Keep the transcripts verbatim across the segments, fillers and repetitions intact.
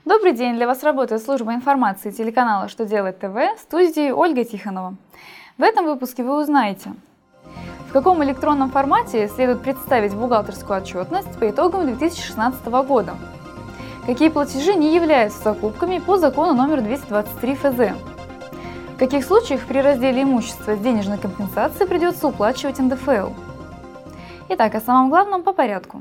Добрый день! Для вас работает служба информации телеканала «Что делать ТВ», в студии Ольга Тихонова. В этом выпуске вы узнаете, в каком электронном формате следует представить бухгалтерскую отчетность по итогам две тысячи шестнадцатого года, какие платежи не являются закупками по закону номер двести двадцать три эф зэ, в каких случаях при разделе имущества с денежной компенсацией придется уплачивать эн дэ эф эл. Итак, о самом главном по порядку.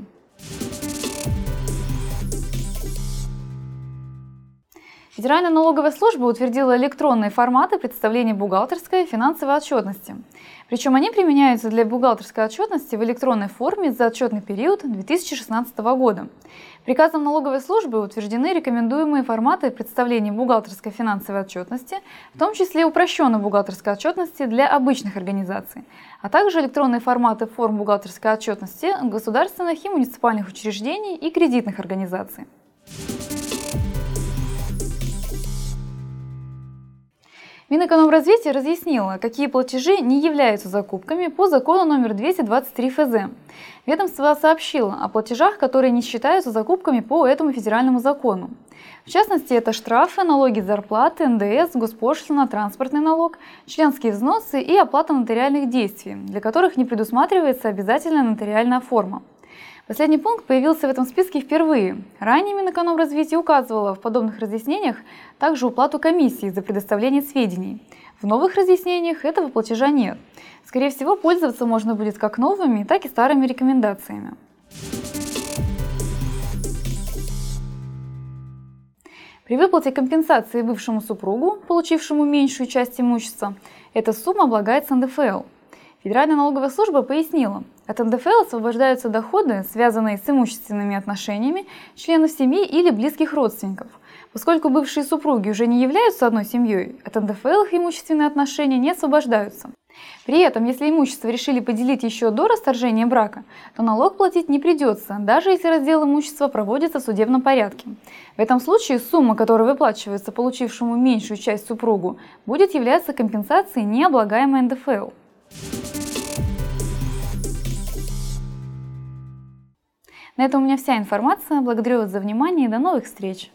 Федеральная налоговая служба утвердила электронные форматы представления бухгалтерской и финансовой отчетности. Причем они применяются для бухгалтерской отчетности в электронной форме за отчетный период две тысячи шестнадцатого года. Приказом налоговой службы утверждены рекомендуемые форматы представления бухгалтерской и финансовой отчетности, в том числе упрощенной бухгалтерской отчетности для обычных организаций, а также электронные форматы форм бухгалтерской отчетности государственных и муниципальных учреждений и кредитных организаций. Минэкономразвитие разъяснило, какие платежи не являются закупками по закону номер двести двадцать три эф зэ. Ведомство сообщило о платежах, которые не считаются закупками по этому федеральному закону. В частности, это штрафы, налоги, зарплаты, эн дэ эс, госпошлина, транспортный налог, членские взносы и оплата нотариальных действий, для которых не предусматривается обязательная нотариальная форма. Последний пункт появился в этом списке впервые. Ранее Минэкономразвитие указывало в подобных разъяснениях также уплату комиссии за предоставление сведений. В новых разъяснениях этого платежа нет. Скорее всего, пользоваться можно будет как новыми, так и старыми рекомендациями. При выплате компенсации бывшему супругу, получившему меньшую часть имущества, эта сумма облагается эн дэ эф эл. Федеральная налоговая служба пояснила, от эн дэ эф эл освобождаются доходы, связанные с имущественными отношениями членов семьи или близких родственников. Поскольку бывшие супруги уже не являются одной семьей, от эн дэ эф эл их имущественные отношения не освобождаются. При этом, если имущество решили поделить еще до расторжения брака, то налог платить не придется, даже если раздел имущества проводится в судебном порядке. В этом случае сумма, которая выплачивается получившему меньшую часть супругу, будет являться компенсацией, не облагаемой эн дэ эф эл. На этом у меня вся информация. Благодарю вас за внимание и до новых встреч!